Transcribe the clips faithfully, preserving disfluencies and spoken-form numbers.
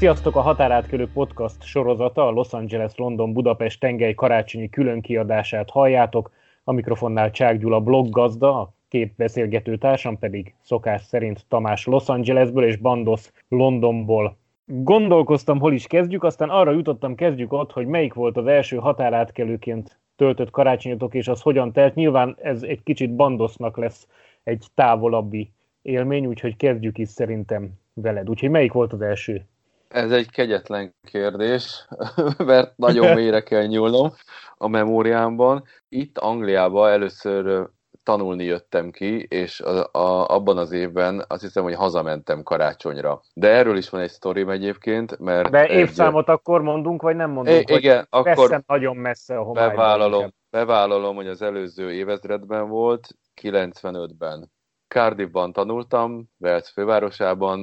Sziasztok! A Határátkelő Podcast sorozata a Los Angeles-London-Budapest tengely karácsonyi különkiadását halljátok. A mikrofonnál Csák Gyula bloggazda, a két beszélgető társam pedig szokás szerint Tamás Los Angelesből és Bandosz Londonból. Gondolkoztam, hol is kezdjük, aztán arra jutottam, kezdjük ott, hogy melyik volt az első határátkelőként töltött karácsonyotok, és az hogyan telt. Nyilván ez egy kicsit Bandosznak lesz egy távolabbi élmény, úgyhogy kezdjük is szerintem veled. Úgyhogy melyik volt az első? Ez egy kegyetlen kérdés, mert nagyon mélyre kell nyúlnom a memóriámban. Itt Angliában először tanulni jöttem ki, és a, a, abban az évben azt hiszem, hogy hazamentem karácsonyra. De erről is van egy sztorim egyébként, mert... De évszámot egy... akkor mondunk, vagy nem mondunk? É, igen, akkor nagyon messze a homályban. Bevállalom, bevállalom, hogy az előző évezredben volt, kilencvenötben. Cardiffban tanultam, Wales fővárosában,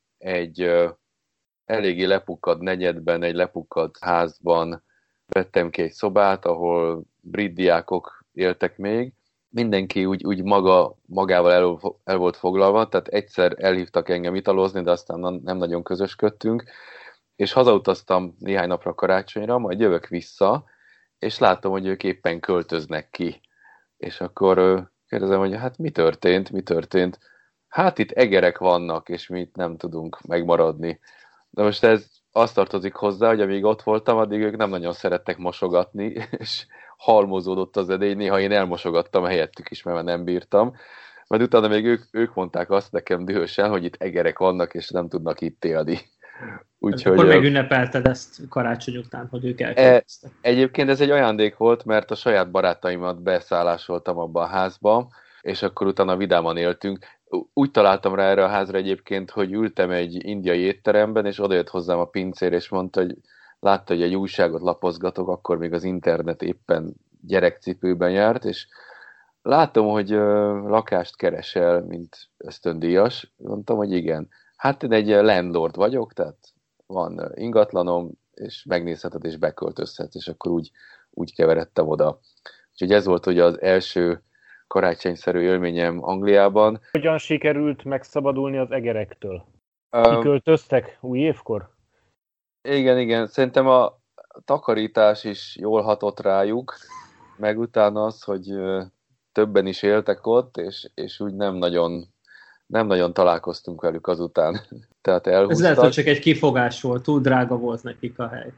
egy uh, eléggé lepukkadt negyedben, egy lepukkadt házban vettem ki egy szobát, ahol brit diákok éltek még. Mindenki úgy, úgy maga, magával el, el volt foglalva, tehát egyszer elhívtak engem italozni, de aztán nem nagyon közösködtünk, és hazautaztam néhány napra karácsonyra, majd jövök vissza, és látom, hogy ők éppen költöznek ki. És akkor uh, kérdezem, hogy hát mi történt, mi történt? Hát itt egerek vannak, és mi itt nem tudunk megmaradni. De most ez azt tartozik hozzá, hogy amíg ott voltam, addig ők nem nagyon szerettek mosogatni, és halmozódott az edény, néha én elmosogattam helyettük is, mert nem bírtam. Majd utána még ők, ők mondták azt nekem dühösen, hogy itt egerek vannak, és nem tudnak itt élni. Úgyhogy, akkor megünnepelted ezt karácsony után, hogy ők elkezdtek. E, egyébként ez egy ajándék volt, mert a saját barátaimat beszállásoltam abba a házba, és akkor utána vidáman éltünk. Úgy találtam rá erre a házra egyébként, hogy ültem egy indiai étteremben, és odajött hozzám a pincér, és mondta, hogy látta, hogy egy újságot lapozgatok, akkor még az internet éppen gyerekcipőben járt, és látom, hogy uh, lakást keresel, mint ösztöndíjas. Mondtam, hogy igen. Hát én egy landlord vagyok, tehát van ingatlanom, és megnézheted, és beköltözhetsz, és akkor úgy, úgy keveredtem oda. Úgyhogy ez volt ugye az első karácsonyszerű élményem Angliában. Hogyan sikerült megszabadulni az egerektől? Kiköltöztek új évkor? Igen, igen. Szerintem a takarítás is jól hatott rájuk, meg utána az, hogy többen is éltek ott, és, és úgy nem nagyon, nem nagyon találkoztunk velük azután. Tehát elhúztak. Ez lehet, hogy csak egy kifogás volt, túl drága volt nekik a hely.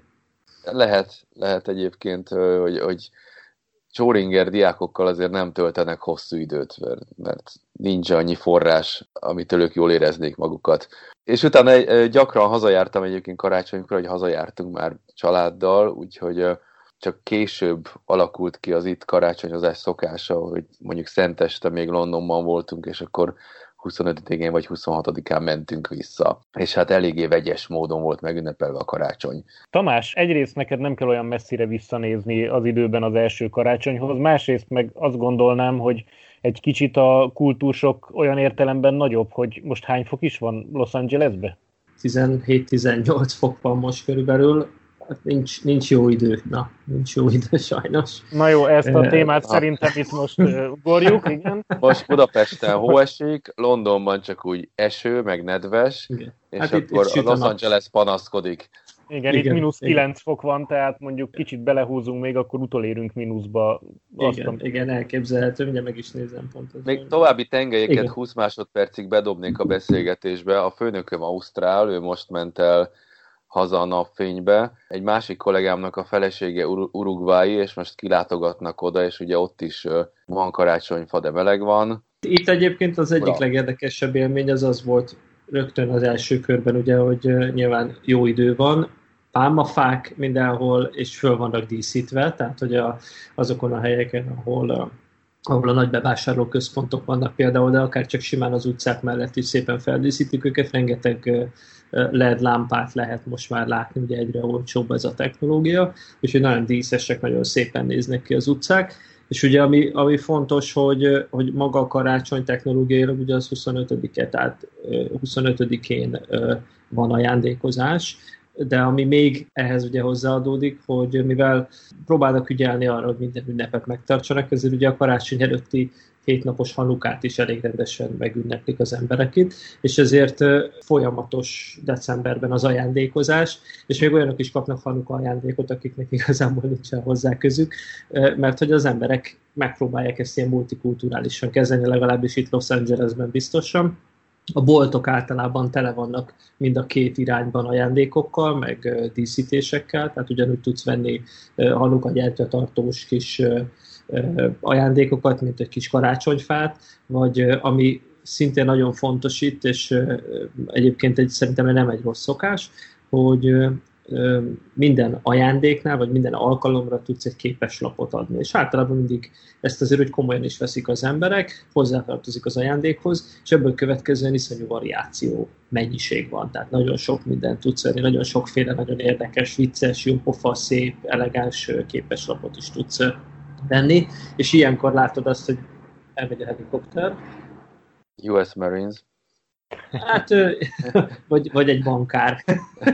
Lehet, lehet egyébként, hogy, hogy Csóringer diákokkal azért nem töltenek hosszú időt, mert, mert nincs annyi forrás, amitől ők jól éreznék magukat. És utána gyakran hazajártam egyébként karácsonykor, hogy hazajártunk már családdal, úgyhogy csak később alakult ki az itt karácsonyozás szokása, hogy mondjuk Szenteste még Londonban voltunk, és akkor huszonötödikén vagy huszonhatodikán mentünk vissza. És hát eléggé vegyes módon volt megünnepelve a karácsony. Tamás, egyrészt neked nem kell olyan messzire visszanézni az időben az első karácsonyhoz, másrészt meg azt gondolnám, hogy egy kicsit a kultúrsok olyan értelemben nagyobb, hogy most hány fok is van Los Angelesbe? tizenhét-tizennyolc fok van most körülbelül. Nincs, nincs jó idő. Na, nincs jó idő sajnos. Na jó, ezt a témát szerintem itt most ugorjuk, igen. Most Budapesten hó esik, Londonban csak úgy eső, meg nedves, igen. És hát akkor itt, itt a Los Angeles panaszkodik. Igen, igen, itt mínusz kilenc fok van, tehát mondjuk kicsit belehúzunk még, akkor utolérünk mínuszba. Igen, a... igen, elképzelhető, ugye meg is nézem pont. Még további tengelyeket igen. húsz másodpercig bedobnék a beszélgetésbe. A főnököm ausztrál, ő most ment el haza a napfénybe. Egy másik kollégámnak a felesége uruguayi, és most kilátogatnak oda, és ugye ott is van karácsonyfa, de meleg van. Itt egyébként az egyik Ura. legérdekesebb élmény az az volt rögtön az első körben, ugye, hogy nyilván jó idő van, pálmafák mindenhol, és föl vannak díszítve, tehát hogy a, azokon a helyeken, ahol ahol a nagy bevásárlóközpontok vannak például, de akár csak simán az utcák mellett is szépen feldíszítik őket, rengeteg el é dé lámpát lehet most már látni, ugye egyre olcsóbb ez a technológia, úgyhogy nagyon díszesek, nagyon szépen néznek ki az utcák, és ugye ami, ami fontos, hogy, hogy maga a karácsony technológiailag ugye az huszonötödike, tehát huszonötödikén van ajándékozás, de ami még ehhez ugye hozzáadódik, hogy mivel próbálnak ügyelni arra, hogy minden ünnepet megtartsanak, ezért ugye a karácsony előtti hétnapos Hanukát is elég rendesen megünneplik az emberek itt, és ezért folyamatos decemberben az ajándékozás, és még olyanok is kapnak Hanuka ajándékot, akiknek igazából nincsen hozzá közük, mert hogy az emberek megpróbálják ezt ilyen multikulturálisan kezelni, legalábbis itt Los Angelesben biztosan. A boltok általában tele vannak mind a két irányban ajándékokkal, meg díszítésekkel, tehát ugyanúgy tudsz venni Hanuka gyertyatartós kis ajándékokat, mint egy kis karácsonyfát, vagy ami szintén nagyon fontos itt, és egyébként egy, szerintem nem egy rossz szokás, hogy minden ajándéknál, vagy minden alkalomra tudsz egy képeslapot adni. És általában mindig ezt azért, hogy komolyan is veszik az emberek, hozzátartozik az ajándékhoz, és ebből következően iszonyú variáció mennyiség van. Tehát nagyon sok mindent tudsz venni, nagyon sokféle, nagyon érdekes, vicces, jópofa, szép, elegáns képeslapot is tudsz venni, és ilyenkor látod azt, hogy elmegy a helikopter. U S Marines. Hát, vagy, vagy egy bankár.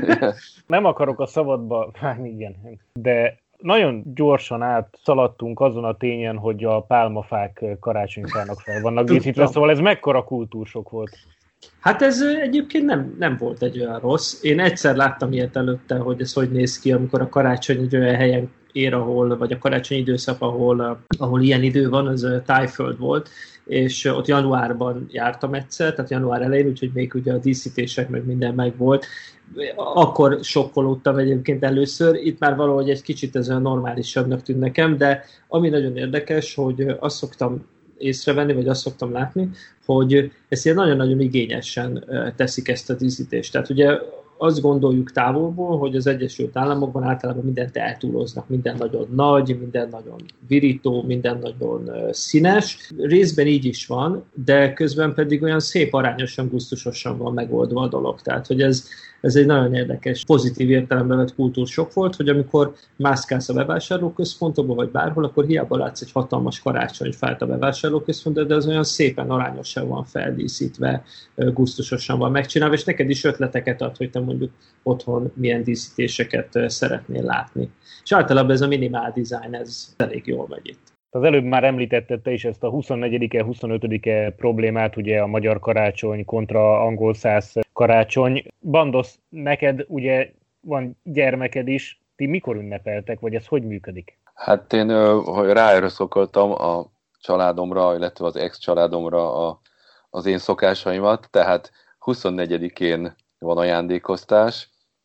Nem akarok a szabadba, hát igen, de nagyon gyorsan átszaladtunk azon a tényen, hogy a pálmafák karácsonyfának fel vannak díszítve, szóval ez mekkora kultúrsok volt. Hát ez egyébként nem, nem volt egy olyan rossz. Én egyszer láttam ilyet előtte, hogy ez hogy néz ki, amikor a karácsony egy olyan helyen ér, ahol, vagy a karácsony időszak, ahol, ahol ilyen idő van, az Tájföld volt, és ott januárban jártam egyszer, tehát január elején, úgyhogy még ugye a díszítések meg minden megvolt. Akkor sokkolódtam egyébként először, itt már valahogy egy kicsit ez olyan normálisabbnak tűnt nekem, de ami nagyon érdekes, hogy azt szoktam észrevenni, vagy azt szoktam látni, hogy ezt ilyen nagyon-nagyon igényesen teszik ezt a díszítést. Tehát ugye azt gondoljuk távolból, hogy az Egyesült Államokban általában mindent eltúloznak, minden nagyon nagy, minden nagyon virító, minden nagyon színes. Részben így is van, de közben pedig olyan szép, arányosan, gusztusosan van megoldva a dolog. Tehát, hogy ez, ez egy nagyon érdekes, pozitív értelemben vett kultúrsok volt, hogy amikor mászkálsz a bevásárlóközpontokban, vagy bárhol, akkor hiába látsz egy hatalmas karácsonyfát a bevásárlóközpontban, de ez olyan szépen arányosan van feldíszítve, gusztusosan van megcsinálva, és neked is ötleteket ad, hogy te mondjuk otthon milyen díszítéseket szeretnél látni. És általában ez a minimál design, ez elég jól megy itt. Az előbb már említetted te is ezt a huszonnegyedike huszonötödike problémát, ugye a magyar karácsony kontra angol száz karácsony. Bandosz, neked ugye van gyermeked is, ti mikor ünnepeltek, vagy ez hogy működik? Hát én hogy ráerőszakoltam a családomra, illetve az ex-családomra a, az én szokásaimat, tehát huszonnegyedikén van ajándékoztás,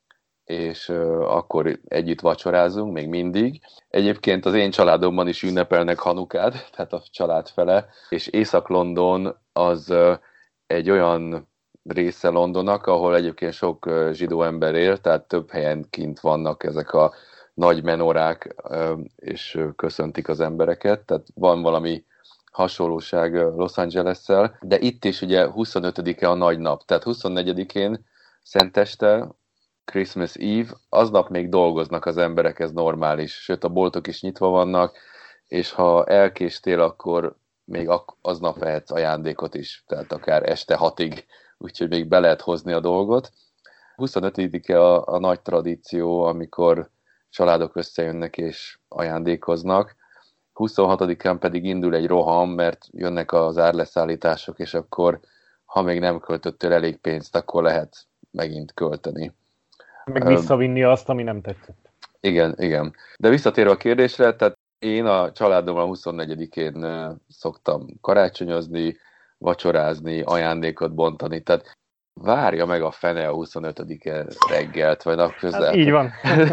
és uh, akkor együtt vacsorázunk, még mindig. Egyébként az én családomban is ünnepelnek Hanukát, tehát a család fele, és Észak-London az uh, egy olyan része Londonnak, ahol egyébként sok uh, zsidó ember él, tehát több helyen kint vannak ezek a nagy menorák, uh, és uh, köszöntik az embereket, tehát van valami hasonlóság uh, Los Angeles-szel, de itt is ugye huszonötödike a nagy nap, tehát huszonnegyedikén Szenteste, Christmas Eve, aznap még dolgoznak az emberek, ez normális, sőt a boltok is nyitva vannak, és ha elkéstél, akkor még aznap vehetsz ajándékot is, tehát akár este hatig, úgyhogy még be lehet hozni a dolgot. huszonötödike a, a nagy tradíció, amikor családok összejönnek és ajándékoznak, huszonhatodikán pedig indul egy roham, mert jönnek az árleszállítások, és akkor ha még nem költöttél elég pénzt, akkor lehet megint költeni. Meg visszavinni azt, ami nem tetszett. Igen, igen. De visszatérve a kérdésre, tehát én a családommal huszonnegyedikén szoktam karácsonyozni, vacsorázni, ajándékot bontani, tehát várja meg a fene a huszonötödike reggelt, vagy napközben. Hát így van.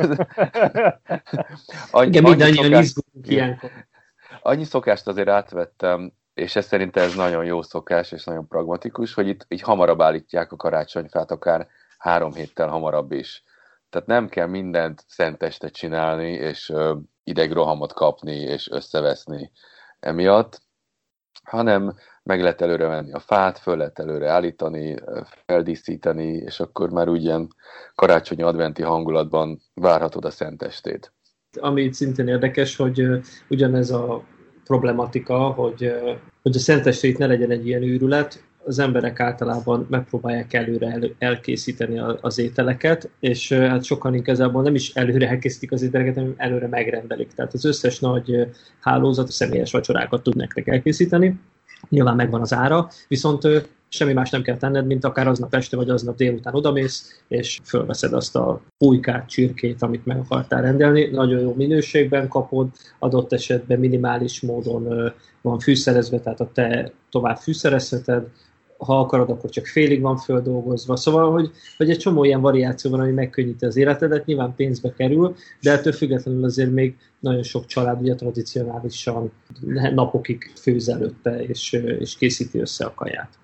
annyi, igen, mindannyian izgulunk ilyenkor. Annyi szokást azért átvettem, és ez szerintem ez nagyon jó szokás, és nagyon pragmatikus, hogy itt így hamarabb állítják a karácsonyfát, akár három héttel hamarabb is. Tehát nem kell mindent szenteste csinálni, és ö, idegrohamot kapni, és összeveszni emiatt, hanem meg lehet előre venni a fát, föl lehet előre állítani, feldíszíteni, és akkor már úgy ilyen karácsonyi adventi hangulatban várhatod a szentestét. Ami szintén érdekes, hogy uh, ugyanez a problematika, hogy, uh, hogy a szentestét ne legyen egy ilyen őrület, az emberek általában megpróbálják előre el, elkészíteni az ételeket, és hát sokan igazából nem is előre elkészítik az ételeket, hanem előre megrendelik. Tehát az összes nagy hálózat személyes vacsorákat tud nektek elkészíteni, nyilván megvan az ára, viszont semmi más nem kell tenned, mint akár aznap este vagy aznap délután odamész, és fölveszed azt a pulykát, csirkét, amit meg akartál rendelni. Nagyon jó minőségben kapod, adott esetben minimális módon van fűszerezve, tehát a te tovább fűszerezheted, ha akarod, akkor csak félig van földolgozva. Szóval, hogy, hogy egy csomó ilyen variáció van, ami megkönnyíti az életedet, nyilván pénzbe kerül, de ettől függetlenül azért még nagyon sok család ugye tradicionálisan napokig főz előtte, és, és készíti össze a kaját.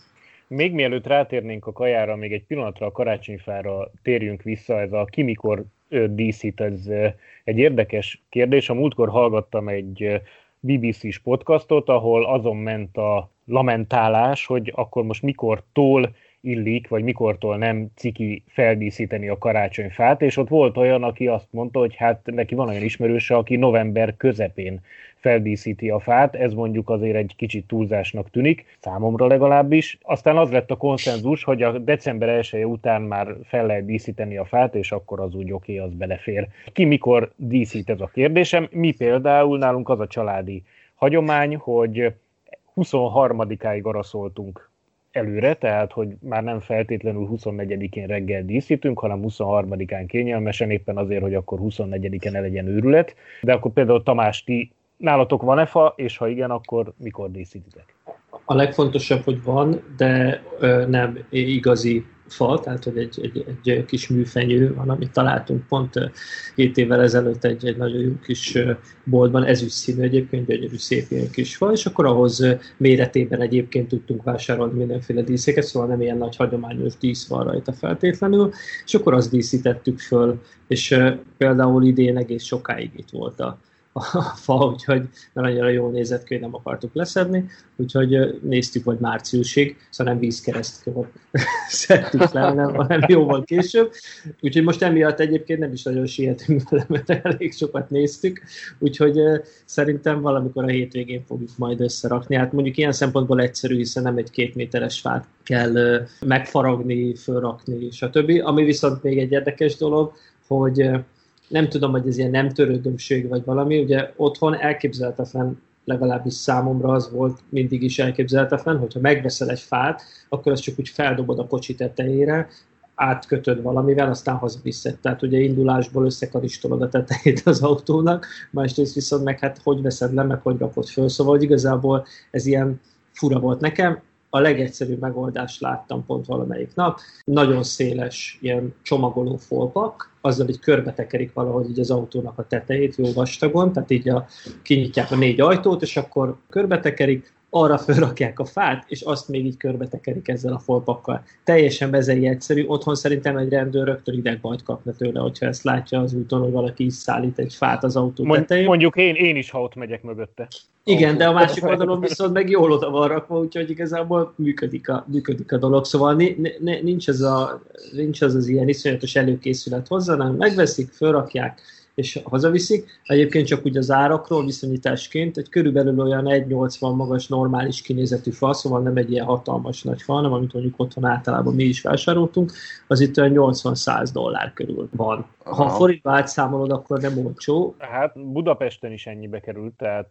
Még mielőtt rátérnénk a kajára, még egy pillanatra a karácsonyfára térjünk vissza, ez a ki mikor díszít, ez egy érdekes kérdés. A múltkor hallgattam egy bé bé cés podcastot, ahol azon ment a lamentálás, hogy akkor most mikortól illik, vagy mikortól nem ciki feldíszíteni a karácsonyfát, és ott volt olyan, aki azt mondta, hogy hát neki van olyan ismerőse, aki november közepén feldíszíti a fát, ez mondjuk azért egy kicsit túlzásnak tűnik, számomra legalábbis. Aztán az lett a konszenzus, hogy a december elseje után már fel lehet díszíteni a fát, és akkor az úgy oké, az belefér. Ki mikor díszít, ez a kérdésem? Mi például nálunk az a családi hagyomány, hogy huszonharmadikáig araszoltunk előre, tehát hogy már nem feltétlenül huszonnegyedikén reggel díszítünk, hanem huszonharmadikán kényelmesen, éppen azért, hogy akkor huszonnegyediken ne legyen őrület. De akkor például Tamás, ti nálatok van-e fa, és ha igen, akkor mikor díszítitek? A legfontosabb, hogy van, de ö, nem igazi fa, tehát hogy egy, egy, egy kis műfenyő van, amit találtunk pont két évvel ezelőtt egy, egy nagyon jó kis boltban, ezüst színű egyébként, gyönyörű szép ilyen kis fa, és akkor ahhoz méretében egyébként tudtunk vásárolni mindenféle díszeket, szóval nem ilyen nagy hagyományos dísz van rajta feltétlenül, és akkor azt díszítettük föl, és például idén egész sokáig itt volt a a fa, úgyhogy mert annyira jól nézett ki, hogy nem akartuk leszedni, úgyhogy néztük, hogy márciusig, szóval nem vízkeresztkövet szedtük le, hanem, hanem jóval később. Úgyhogy most emiatt egyébként nem is nagyon sietünk vele, mert elég sokat néztük, úgyhogy szerintem valamikor a hétvégén fogjuk majd összerakni. Hát mondjuk ilyen szempontból egyszerű, hiszen nem egy két méteres fát kell megfaragni, fölrakni, stb. Ami viszont még egy érdekes dolog, hogy nem tudom, hogy ez ilyen nem törődömség vagy valami, ugye otthon elképzelhetetlen, legalábbis számomra az volt mindig is elképzelhetetlen, hogyha megveszel egy fát, akkor azt csak úgy feldobod a kocsi tetejére, átkötöd valamivel, aztán hazaviszed. Tehát ugye indulásból összekaristolod a tetejét az autónak, másrészt viszont meg hát hogy veszed le, meg hogy rakod föl. Szóval hogy igazából ez ilyen fura volt nekem. A legegyszerűbb megoldást láttam pont valamelyik nap. Nagyon széles ilyen csomagoló folpak, azzal így körbetekerik valahogy így az autónak a tetejét jó vastagon, tehát így a, kinyitják a négy ajtót, és akkor körbetekerik, arra felrakják a fát, és azt még így körbetekerik ezzel a folpakkal. Teljesen bezei egyszerű. Otthon szerintem egy rendőr rögtön idegbajt kapna tőle, hogyha ezt látja az úton, hogy valaki is szállít egy fát az autó Mond, tetején. Mondjuk én, én is, ha ott megyek mögötte. Igen, de a másik oldalon viszont meg jól oda van rakva, úgyhogy igazából működik a, működik a dolog. Szóval nincs ez, a, nincs az az ilyen iszonyatos előkészület hozzá, hanem megveszik, fölrakják, és hazaviszik. Egyébként csak úgy az árakról viszonyításként, egy körülbelül olyan egy nyolcvan magas normális kinézetű fa, szóval nem egy ilyen hatalmas nagy fa, hanem amit mondjuk otthon általában mi is vásároltunk, az itt olyan nyolcvan-száz dollár körül van. Ha a forintba átszámolod, akkor nem olcsó. Hát Budapesten is ennyibe került, tehát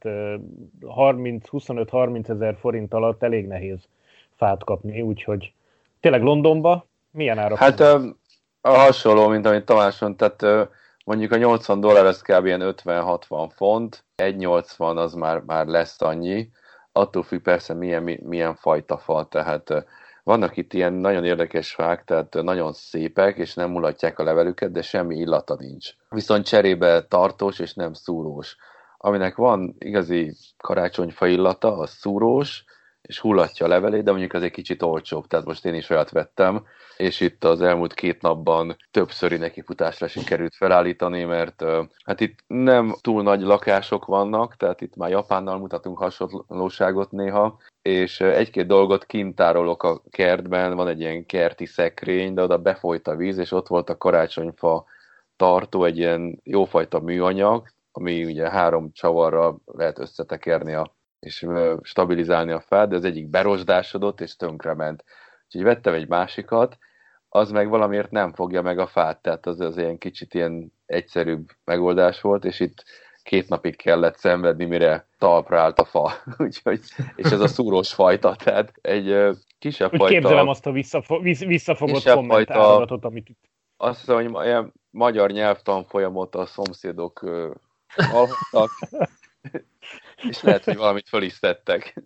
harminc, huszonöt-harminc ezer forint alatt elég nehéz fát kapni, úgyhogy tényleg Londonba milyen árak? Hát a hasonló, mint amit Tamás mondta, tehát mondjuk a nyolcvan dollár az kb. Ilyen ötven-hatvan font, egy nyolcvan az már, már lesz annyi, attól függ persze milyen, milyen fajta fa, tehát vannak itt ilyen nagyon érdekes fák, tehát nagyon szépek, és nem mulatják a levelüket, de semmi illata nincs. Viszont cserébe tartós és nem szúrós. Aminek van igazi karácsonyfa illata, az szúrós, és hullatja a levelét, de mondjuk az egy kicsit olcsóbb, tehát most én is olyat vettem, és itt az elmúlt két napban többszöri nekifutásra sikerült felállítani, mert hát itt nem túl nagy lakások vannak, tehát itt már Japánnal mutatunk hasonlóságot néha, és egy-két dolgot kint tárolok a kertben, van egy ilyen kerti szekrény, de oda befolyt a víz, és ott volt a karácsonyfa tartó, egy ilyen jófajta műanyag, ami ugye három csavarral lehet összetekerni a és stabilizálni a fát, de az egyik berosdásodott, és tönkrement. Úgyhogy vettem egy másikat, az meg valamiért nem fogja meg a fát, tehát az, az ilyen kicsit ilyen egyszerűbb megoldás volt, és itt két napig kellett szenvedni, mire talpra állt a fa. Úgyhogy, és ez a szúrós fajta, tehát egy kisebb Úgy fajta... Képzelem azt a visszafo- visszafogott kommentáradatot, amit itt... Azt hiszem, hogy ilyen magyar nyelvtanfolyamot a szomszédok uh, hallottak, és lehet, hogy valamit föl is tettek.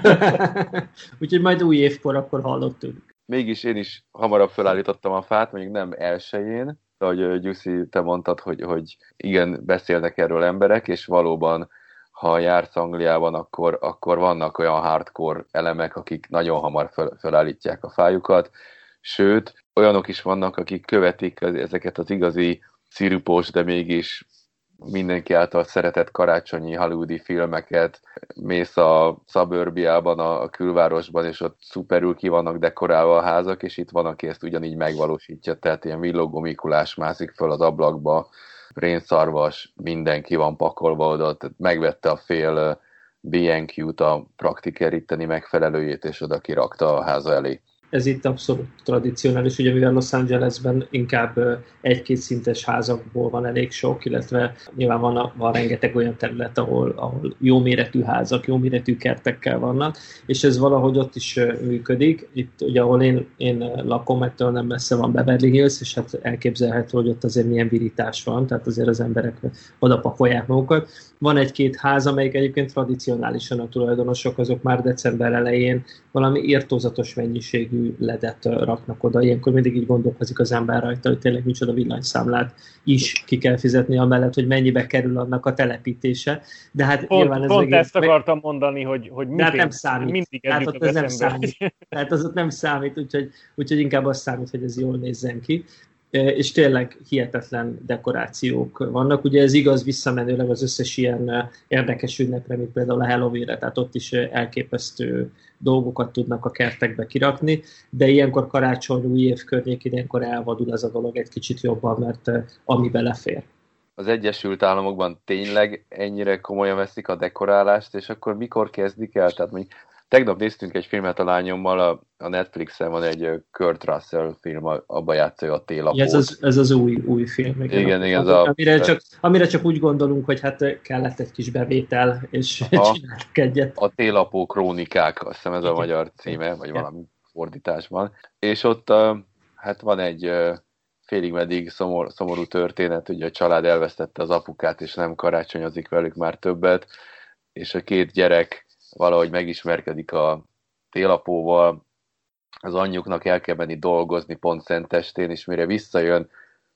Úgyhogy majd új évkor akkor hallottuk. Mégis én is hamarabb felállítottam a fát, mondjuk nem elsőjén, de ahogy Gyuszi, te mondtad, hogy, hogy igen, beszélnek erről emberek, és valóban, ha jársz Angliában, akkor, akkor vannak olyan hardcore elemek, akik nagyon hamar fel, felállítják a fájukat, sőt, olyanok is vannak, akik követik ezeket az igazi szirupos, de mégis mindenki által szeretett karácsonyi hollywoodi filmeket, mész a suburbiában, a külvárosban, és ott szuperül ki vannak dekorálva a házak, és itt van, aki ezt ugyanígy megvalósítja, tehát ilyen villogó Mikulás mászik föl az ablakba, rénszarvas, mindenki van pakolva oda, tehát megvette a fél bé en kú-t, a praktikeríteni megfelelőjét, és oda kirakta a háza elé. Ez itt abszolút tradicionális, ugye mivel Los Angelesben inkább egy-két szintes házakból van elég sok, illetve nyilván van, van rengeteg olyan terület, ahol, ahol jó méretű házak, jó méretű kertekkel vannak, és ez valahogy ott is működik. Itt ugye, ahol én, én lakom, ettől nem messze van Beverly Hills, és hát elképzelhető, hogy ott azért milyen virítás van, tehát azért az emberek oda pakolják magukat. Van egy-két ház, amelyik egyébként tradicionálisan a tulajdonosok, azok már december elején valami irtózatos mennyiségű ledet raknak oda. Ilyenkor mindig így gondolkozik az ember rajta, hogy tényleg micsoda villanyszámlát is ki kell fizetni amellett, hogy mennyibe kerül annak a telepítése. De hát pont, nyilván ez pont meg... ezt akartam mondani, hogy, hogy hát nem számít. mindig hát ott ez nem számít. számít. Tehát az ott nem számít, úgyhogy, úgyhogy inkább az számít, hogy ez jól nézzen ki. És tényleg hihetetlen dekorációk vannak. Ugye ez igaz visszamenőleg az összes ilyen érdekes ünnepre, mint például a Halloweenre, tehát ott is elképesztő dolgokat tudnak a kertekbe kirakni, de ilyenkor karácsony, új év környékén ilyenkor elvadul ez a dolog egy kicsit jobban, mert ami belefér. Az Egyesült Államokban tényleg ennyire komolyan veszik a dekorálást, és akkor mikor kezdik el? Tehát mondjuk tegnap néztünk egy filmet a lányommal, a, a Netflixen van egy Kurt Russell film, abba játszja a Télapót. Ez az, ez az új, új film. Igen, igen. igen a, amire, csak, amire csak úgy gondolunk, hogy hát kellett egy kis bevétel, és csináltuk egyet. A Télapó krónikák, azt hiszem ez igen. A magyar címe, vagy igen. Valami fordításban. És ott hát van egy félig meddig szomor, szomorú történet, ugye a család elvesztette az apukát, és nem karácsonyozik velük már többet, és a két gyerek valahogy megismerkedik a Télapóval, az anyjuknak el kell menni dolgozni pont szentestén, és mire visszajön,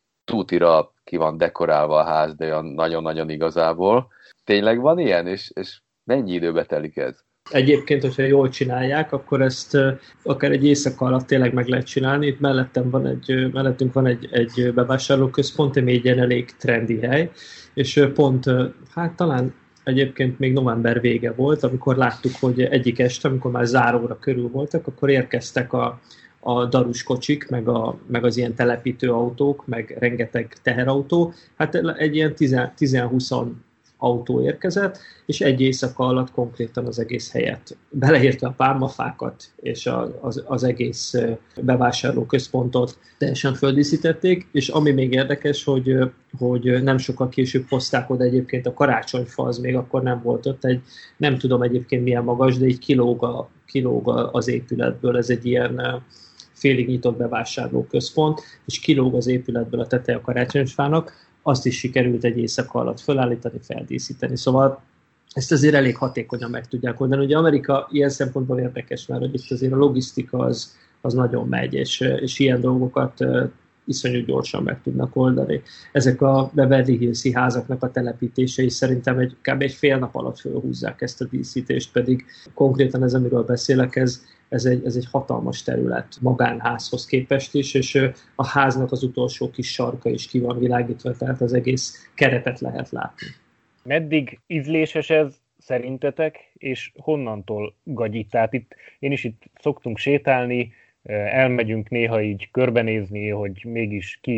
tútira ki van dekorálva a ház, de olyan nagyon-nagyon igazából. Tényleg van ilyen, és, és mennyi időbe telik ez? Egyébként, hogyha jól csinálják, akkor ezt akár egy éjszaka alatt tényleg meg lehet csinálni. Itt mellettem van egy, mellettünk van egy, egy bevásárlóközpont, ami egy ilyen elég trendi hely, és pont, hát talán egyébként még november vége volt, amikor láttuk, hogy egyik este, amikor már záróra körül voltak, akkor érkeztek a, a darus kocsik, meg, a, meg az ilyen telepítő autók, meg rengeteg teherautó. Hát egy ilyen tíz-húsz autó érkezett, és egy éjszaka alatt konkrétan az egész helyet, beleértve a pálmafákat és a, az, az egész bevásárlóközpontot teljesen földíszítették, és ami még érdekes, hogy, hogy nem sokkal később hozták oda egyébként a karácsonyfa, az még akkor nem volt ott, egy, nem tudom egyébként milyen magas, de így kilóg, a, kilóg az épületből, ez egy ilyen félig nyitott bevásárlóközpont, és kilóg az épületből a teteje a karácsonyfának, azt is sikerült egy éjszaka alatt felállítani, feldíszíteni. Szóval ezt azért elég hatékonyan meg tudják oldani. Ugye Amerika ilyen szempontból érdekes, mert hogy itt azért a logisztika az, az nagyon megy, és, és ilyen dolgokat uh, iszonyú gyorsan meg tudnak oldani. Ezek a Beverly Hills-i házaknak a telepítései szerintem egy, kb. Egy fél nap alatt fölhúzzák ezt a díszítést, pedig konkrétan ez, amiről beszélek, ez, ez, egy, ez egy hatalmas terület magánházhoz képest is, és a háznak az utolsó kis sarka is ki van világítva, tehát az egész keretet lehet látni. Meddig ízléses ez szerintetek, és honnantól gagyít? Tehát itt, én is itt szoktunk sétálni, elmegyünk néha így körbenézni, hogy mégis ki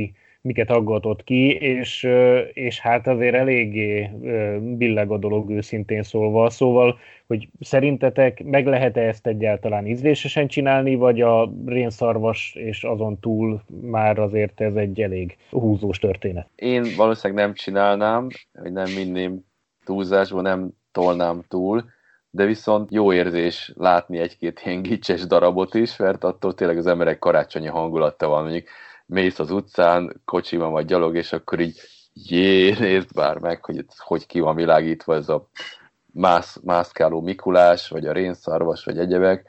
miket aggatott ki, és, és hát azért eléggé billeg a dolog őszintén szólva. Szóval, hogy szerintetek meg lehet-e ezt egyáltalán ízlésesen csinálni, vagy a rénszarvas és azon túl már azért ez egy elég húzós történet? Én valószínűleg nem csinálnám, vagy nem minném túlzásba, nem tolnám túl, de viszont jó érzés látni egy-két ilyen gicses darabot is, mert attól tényleg az emberek karácsonyi hangulata van, mondjuk mész az utcán, kocsiban vagy gyalog, és akkor így jé, nézd bár meg, hogy hogy ki van világítva ez a mász, mászkáló Mikulás, vagy a rénszarvas, vagy egyebek.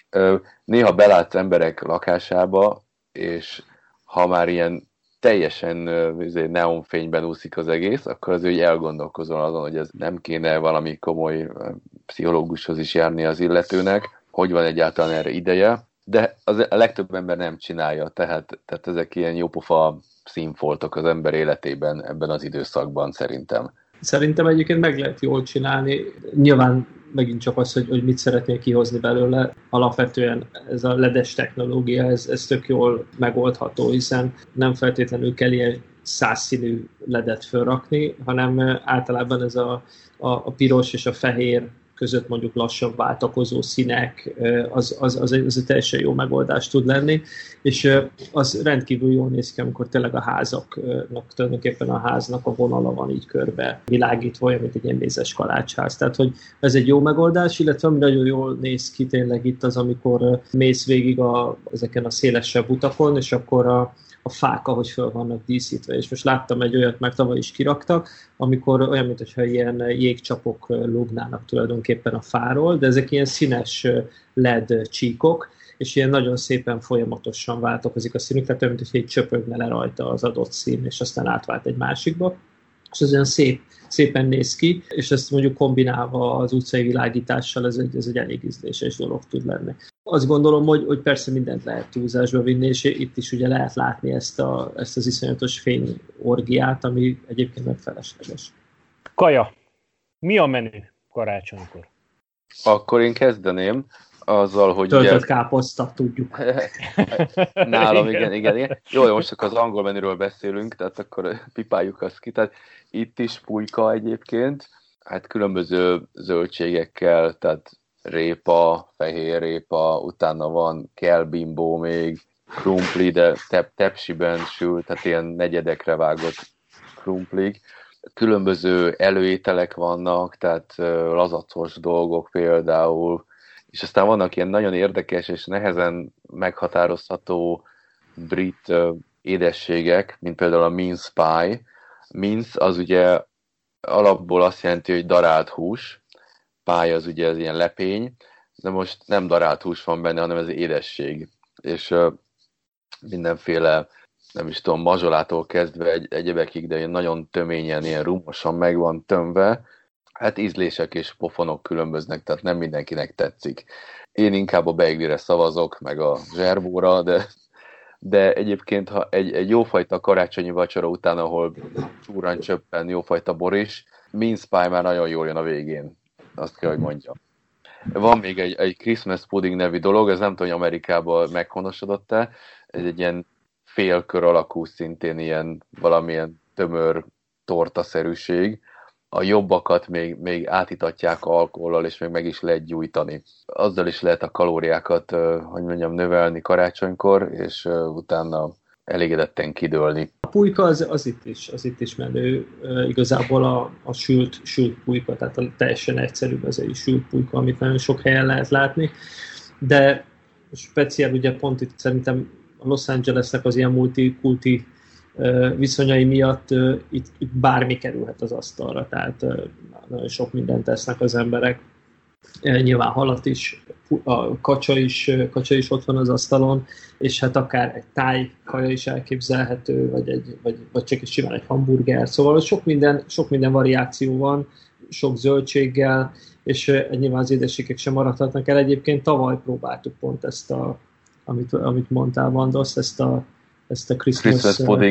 Néha belátsz emberek lakásába, és ha már ilyen teljesen neonfényben úszik az egész, akkor az úgy elgondolkozol azon, hogy ez nem kéne valami komoly pszichológushoz is járni az illetőnek, hogy van egyáltalán erre ideje, de az, a legtöbb ember nem csinálja, tehát, tehát ezek ilyen jópofa színfoltok az ember életében ebben az időszakban szerintem. Szerintem egyébként meg lehet jól csinálni. Nyilván megint csak az, hogy, hogy mit szeretnél kihozni belőle. Alapvetően ez a ledes technológia, ez, ez tök jól megoldható, hiszen nem feltétlenül kell ilyen százszínű ledet felrakni, hanem általában ez a, a, a piros és a fehér között mondjuk lassan váltakozó színek, az, az, az, egy, az egy teljesen jó megoldás tud lenni, és az rendkívül jól néz ki, amikor tényleg a házaknak, tulajdonképpen a háznak a vonala van így körbe világítva, olyan, mint egy ilyen mézes kalácsház. Tehát, hogy ez egy jó megoldás, illetve ami nagyon jól néz ki tényleg itt az, amikor mész végig a, ezeken a szélesebb utakon, és akkor a a fák, ahogy föl vannak díszítve. És most láttam egy olyat, meg tavaly is kiraktak, amikor olyan, mintha ilyen jégcsapok lógnának tulajdonképpen a fáról, de ezek ilyen színes led csíkok, és ilyen nagyon szépen folyamatosan változik a színük, tehát olyan, mintha egy csöpögne le rajta az adott szín, és aztán átvált egy másikba. És ez olyan szép, szépen néz ki, és ezt mondjuk kombinálva az utcai világítással, ez egy, ez egy elég ízléses dolog tud lenni. Azt gondolom, hogy, hogy persze mindent lehet túlzásba vinni, és itt is ugye lehet látni ezt, a, ezt az iszonyatos fényorgiát, ami egyébként meg felesleges. Kaja, mi a menü karácsonykor? Akkor én kezdeném azzal, hogy... Töltött ugye... káposzta, tudjuk. Nálam, igen, igen, igen. Jó, most csak az angol menüről beszélünk, tehát akkor pipáljuk azt ki. Tehát itt is pulyka egyébként, hát különböző zöldségekkel, tehát répa, fehér répa, utána van kelbimbó még, krumpli, de tep- tepsiben sül, tehát ilyen negyedekre vágott krumplik. Különböző előételek vannak, tehát lazacos dolgok például, és aztán vannak ilyen nagyon érdekes és nehezen meghatározható brit édességek, mint például a mince pie. Mince az ugye alapból azt jelenti, hogy darált hús, pie az ugye az ilyen lepény, de most nem darált hús van benne, hanem ez édesség. És uh, mindenféle, nem is tudom, mazsolától kezdve egy, egyebekig, de ilyen nagyon töményen, ilyen rumosan meg van tömve. Hát ízlések és pofonok különböznek, tehát nem mindenkinek tetszik. Én inkább a beiglire szavazok, meg a zserbóra, de, de egyébként ha egy, egy jófajta karácsonyi vacsora után, ahol csúran csöppen jófajta bor is, mince pie már nagyon jól jön a végén. Azt kell, hogy mondjam. Van még egy, egy Christmas pudding nevű dolog, ez nem tudom, hogy Amerikában meghonosodott-e. Ez egy ilyen félkör alakú, szintén ilyen valamilyen tömör tortaszerűség. A jobbakat még, még átítatják alkohollal, és még meg is lehet gyújtani. Azzal is lehet a kalóriákat, hogy mondjam, növelni karácsonykor, és utána elégedetten kidőlni. A pulyka az, az, itt is, az itt is menő, igazából a, a sült, sült pulyka, tehát a teljesen egyszerű az egy sült pulyka, amit nagyon sok helyen lehet látni, de speciál ugye pont itt szerintem a Los Angelesnek az ilyen multikulti viszonyai miatt itt, itt bármi kerülhet az asztalra, tehát nagyon sok mindent tesznek az emberek. Nyilván halat is, a kacsa is, kacsa is ott van az asztalon, és hát akár egy tájkaja is elképzelhető, vagy, egy, vagy, vagy csak is simán egy hamburger. Szóval sok minden, sok minden variáció van, sok zöldséggel, és nyilván az édességek sem maradhatnak el. Egyébként tavaly próbáltuk pont ezt, a, amit, amit mondtál, Vandosz, ezt a, ezt a Christmas, Christmas pudding.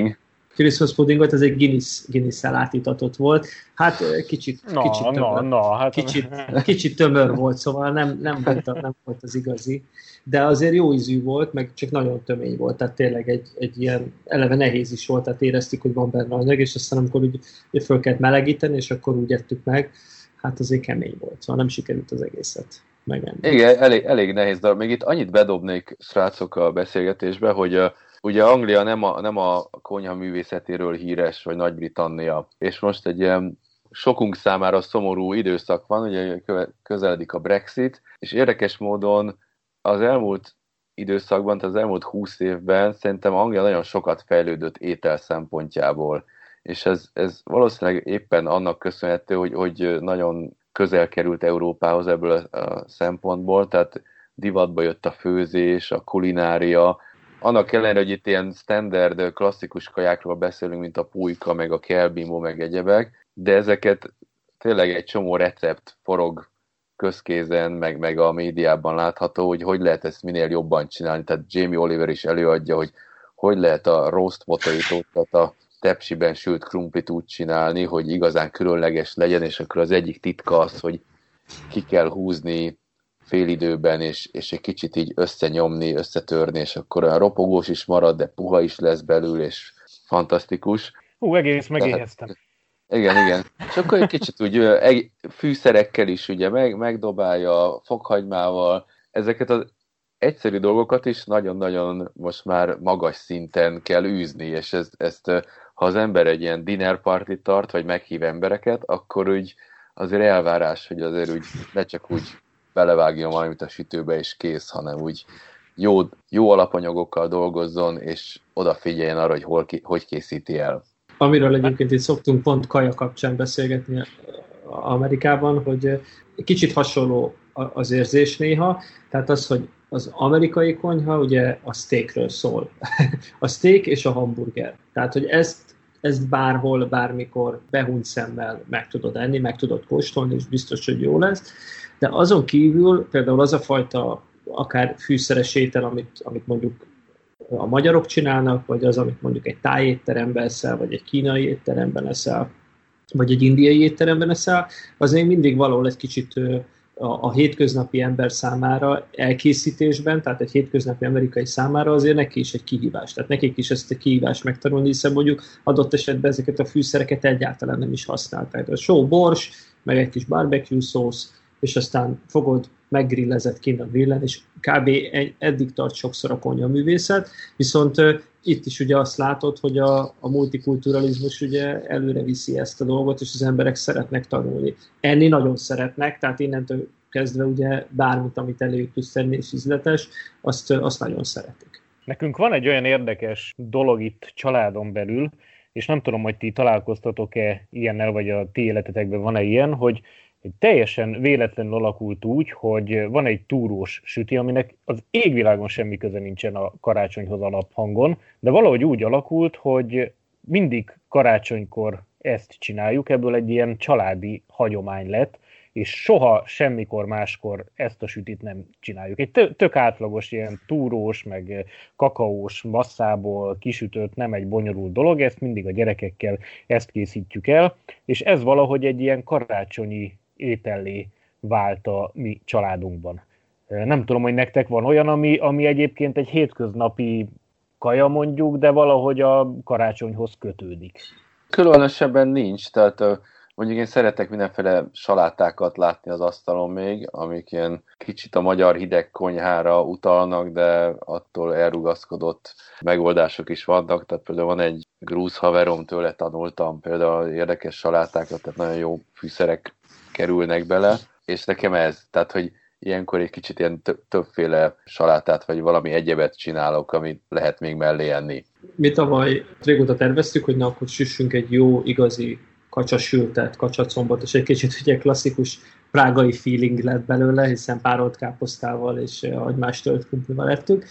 Christmas puddingot, ez egy Guinness, Guinness-szel átítatott volt. Hát kicsit, na, kicsit, tömör, na, na, hát... kicsit, kicsit tömör volt, szóval nem, nem, volt, nem volt az igazi. De azért jó ízű volt, meg csak nagyon tömény volt, tehát tényleg egy, egy ilyen eleve nehéz is volt, tehát éreztük, hogy van benne anyag, és aztán amikor úgy föl kellett melegíteni, és akkor úgy ettük meg, hát azért kemény volt, szóval nem sikerült az egészet megenni. Igen, elég, elég nehéz darab. Még itt annyit bedobnék, srácok, a beszélgetésbe, hogy uh, ugye Anglia nem a, nem a konyha művészetéről híres, vagy Nagy-Britannia, és most egy ilyen sokunk számára szomorú időszak van, ugye közeledik a Brexit, és érdekes módon az elmúlt időszakban, az elmúlt húsz évben szerintem Anglia nagyon sokat fejlődött étel szempontjából, és ez, ez valószínűleg éppen annak köszönhető, hogy, hogy nagyon közel került Európához ebből a, a szempontból, tehát divatba jött a főzés, a kulinária, annak ellenére, hogy itt ilyen standard, klasszikus kajákról beszélünk, mint a pulyka, meg a kelbimbo, meg egyebek, de ezeket tényleg egy csomó recept forog közkézen, meg, meg a médiában látható, hogy hogy lehet ezt minél jobban csinálni. Tehát Jamie Oliver is előadja, hogy hogy lehet a roast potato-t, tehát a tepsiben sült krumplit úgy csinálni, hogy igazán különleges legyen, és akkor az egyik titka az, hogy ki kell húzni félidőben, és, és egy kicsit így összenyomni, összetörni, és akkor olyan ropogós is marad, de puha is lesz belül, és fantasztikus. Hú, egész megéheztem. Tehát, igen, igen. És akkor egy kicsit úgy egy, fűszerekkel is ugye meg, megdobálja, fokhagymával, ezeket az egyszerű dolgokat is nagyon-nagyon most már magas szinten kell űzni, és ez, ezt, ha az ember egy ilyen dinner party tart, vagy meghív embereket, akkor úgy azért elvárás, hogy azért úgy ne csak úgy belevágjon valamit a sütőbe és kész, hanem úgy jó, jó alapanyagokkal dolgozzon, és odafigyeljen arra, hogy hol, hogy készíti el. Amiről egyébként itt szoktunk pont kaja kapcsán beszélgetni Amerikában, hogy kicsit hasonló az érzés néha, tehát az, hogy az amerikai konyha ugye a steakről szól. A steak és a hamburger. Tehát, hogy ezt, ezt bárhol, bármikor behunyt szemmel meg tudod enni, meg tudod kóstolni, és biztos, hogy jó lesz. De azon kívül például az a fajta akár fűszeres étel, amit, amit mondjuk a magyarok csinálnak, vagy az, amit mondjuk egy tájétteremben eszel, vagy egy kínai étteremben eszel, vagy egy indiai étteremben eszel, az még mindig valahol egy kicsit a, a hétköznapi ember számára elkészítésben, tehát egy hétköznapi amerikai számára azért neki is egy kihívás. Tehát nekik is ezt a kihívást megtanulni, hiszen mondjuk adott esetben ezeket a fűszereket egyáltalán nem is használták. A só, bors, meg egy kis barbecue szósz, és aztán fogod, meggrillezett kint a grillen, és kb. Eddig tart sokszor a konyhaművészet, viszont uh, itt is ugye azt látod, hogy a, a multikulturalizmus ugye előre viszi ezt a dolgot, és az emberek szeretnek tanulni. Enni nagyon szeretnek, tehát innentől kezdve ugye bármit, amit eléjük tudsz tenni és ízletes, azt, azt nagyon szeretik. Nekünk van egy olyan érdekes dolog itt családon belül, és nem tudom, hogy ti találkoztatok-e ilyennel, vagy a ti életetekben van-e ilyen, hogy egy teljesen véletlenül alakult úgy, hogy van egy túrós süti, aminek az égvilágon semmi köze nincsen a karácsonyhoz alaphangon, de valahogy úgy alakult, hogy mindig karácsonykor ezt csináljuk, ebből egy ilyen családi hagyomány lett, és soha semmikor máskor ezt a sütit nem csináljuk. Egy tök átlagos ilyen túrós, meg kakaós masszából kisütött, nem egy bonyolult dolog, ezt mindig a gyerekekkel ezt készítjük el, és ez valahogy egy ilyen karácsonyi étellé vált a mi családunkban. Nem tudom, hogy nektek van olyan, ami, ami egyébként egy hétköznapi kaja mondjuk, de valahogy a karácsonyhoz kötődik. Különösebben nincs, tehát mondjuk én szeretek mindenféle salátákat látni az asztalon még, amik ilyen kicsit a magyar hideg konyhára utalnak, de attól elrugaszkodott megoldások is vannak, tehát például van egy grúz haverom, tőle tanultam például érdekes salátákat, tehát nagyon jó fűszerek kerülnek bele, és nekem ez, tehát hogy ilyenkor egy kicsit ilyen többféle salátát, vagy valami egyebet csinálok, amit lehet még mellé enni. Mi tavaly régóta terveztük, hogy na akkor süssünk egy jó, igazi kacsasültet, kacsacombot, és egy kicsit ugye klasszikus prágai feeling lett belőle, hiszen párolt káposztával és hagymás tölt krumplival ettük,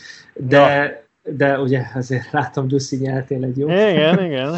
de, de ugye azért látom, Duszi nyeltél egy jó. Igen, igen.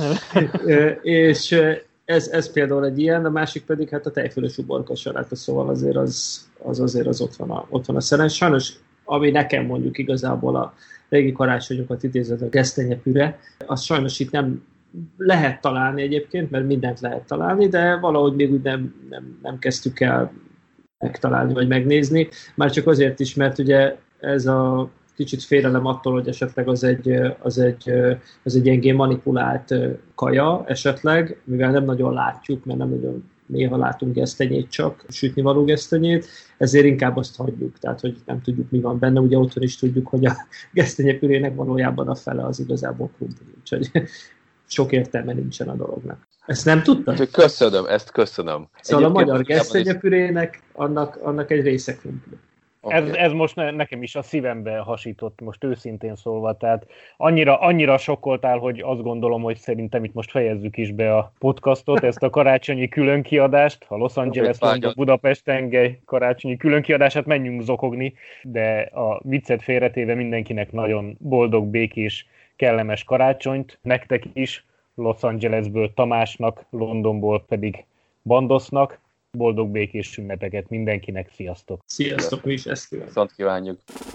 És ez, ez például egy ilyen, a másik pedig hát a tejfölös uborka saláta, szóval azért az, az azért az ott van a, ott van a szeren. Sajnos, ami nekem mondjuk igazából a régi karácsonyokat idézett, a gesztenyepüre, az sajnos itt nem lehet találni egyébként, mert mindent lehet találni, de valahogy még úgy nem, nem, nem kezdtük el megtalálni vagy megnézni. Már csak azért is, mert ugye ez a kicsit félelem attól, hogy esetleg az egy, az egy, az egy gyengén manipulált kaja esetleg, mivel nem nagyon látjuk, mert nem nagyon néha látunk gesztenyét csak, sütnivaló gesztenyét, ezért inkább azt hagyjuk, tehát hogy nem tudjuk, mi van benne. Ugye otthon is tudjuk, hogy a gesztenyepürének valójában a fele az igazából krumpli, úgyhogy sok értelme nincsen a dolognak. Ezt nem tudtad? Köszönöm, ezt köszönöm. Szóval Egyébként a magyar gesztenyepürének annak, annak egy része krumpli. Okay. Ez, ez most ne, nekem is a szívembe hasított, most őszintén szólva, tehát annyira, annyira sokkoltál, hogy azt gondolom, hogy szerintem itt most fejezzük is be a podcastot, ezt a karácsonyi különkiadást, a Los Angeles London Budapest tengely karácsonyi különkiadását, menjünk zokogni, de a viccet félretéve mindenkinek nagyon boldog, békés, kellemes karácsonyt, nektek is, Los Angelesből Tamásnak, Londonból pedig Bandosznak, boldog békés ünnepeket mindenkinek, sziasztok! Sziasztok, mi is ezt kívánjuk! Viszont kívánjuk!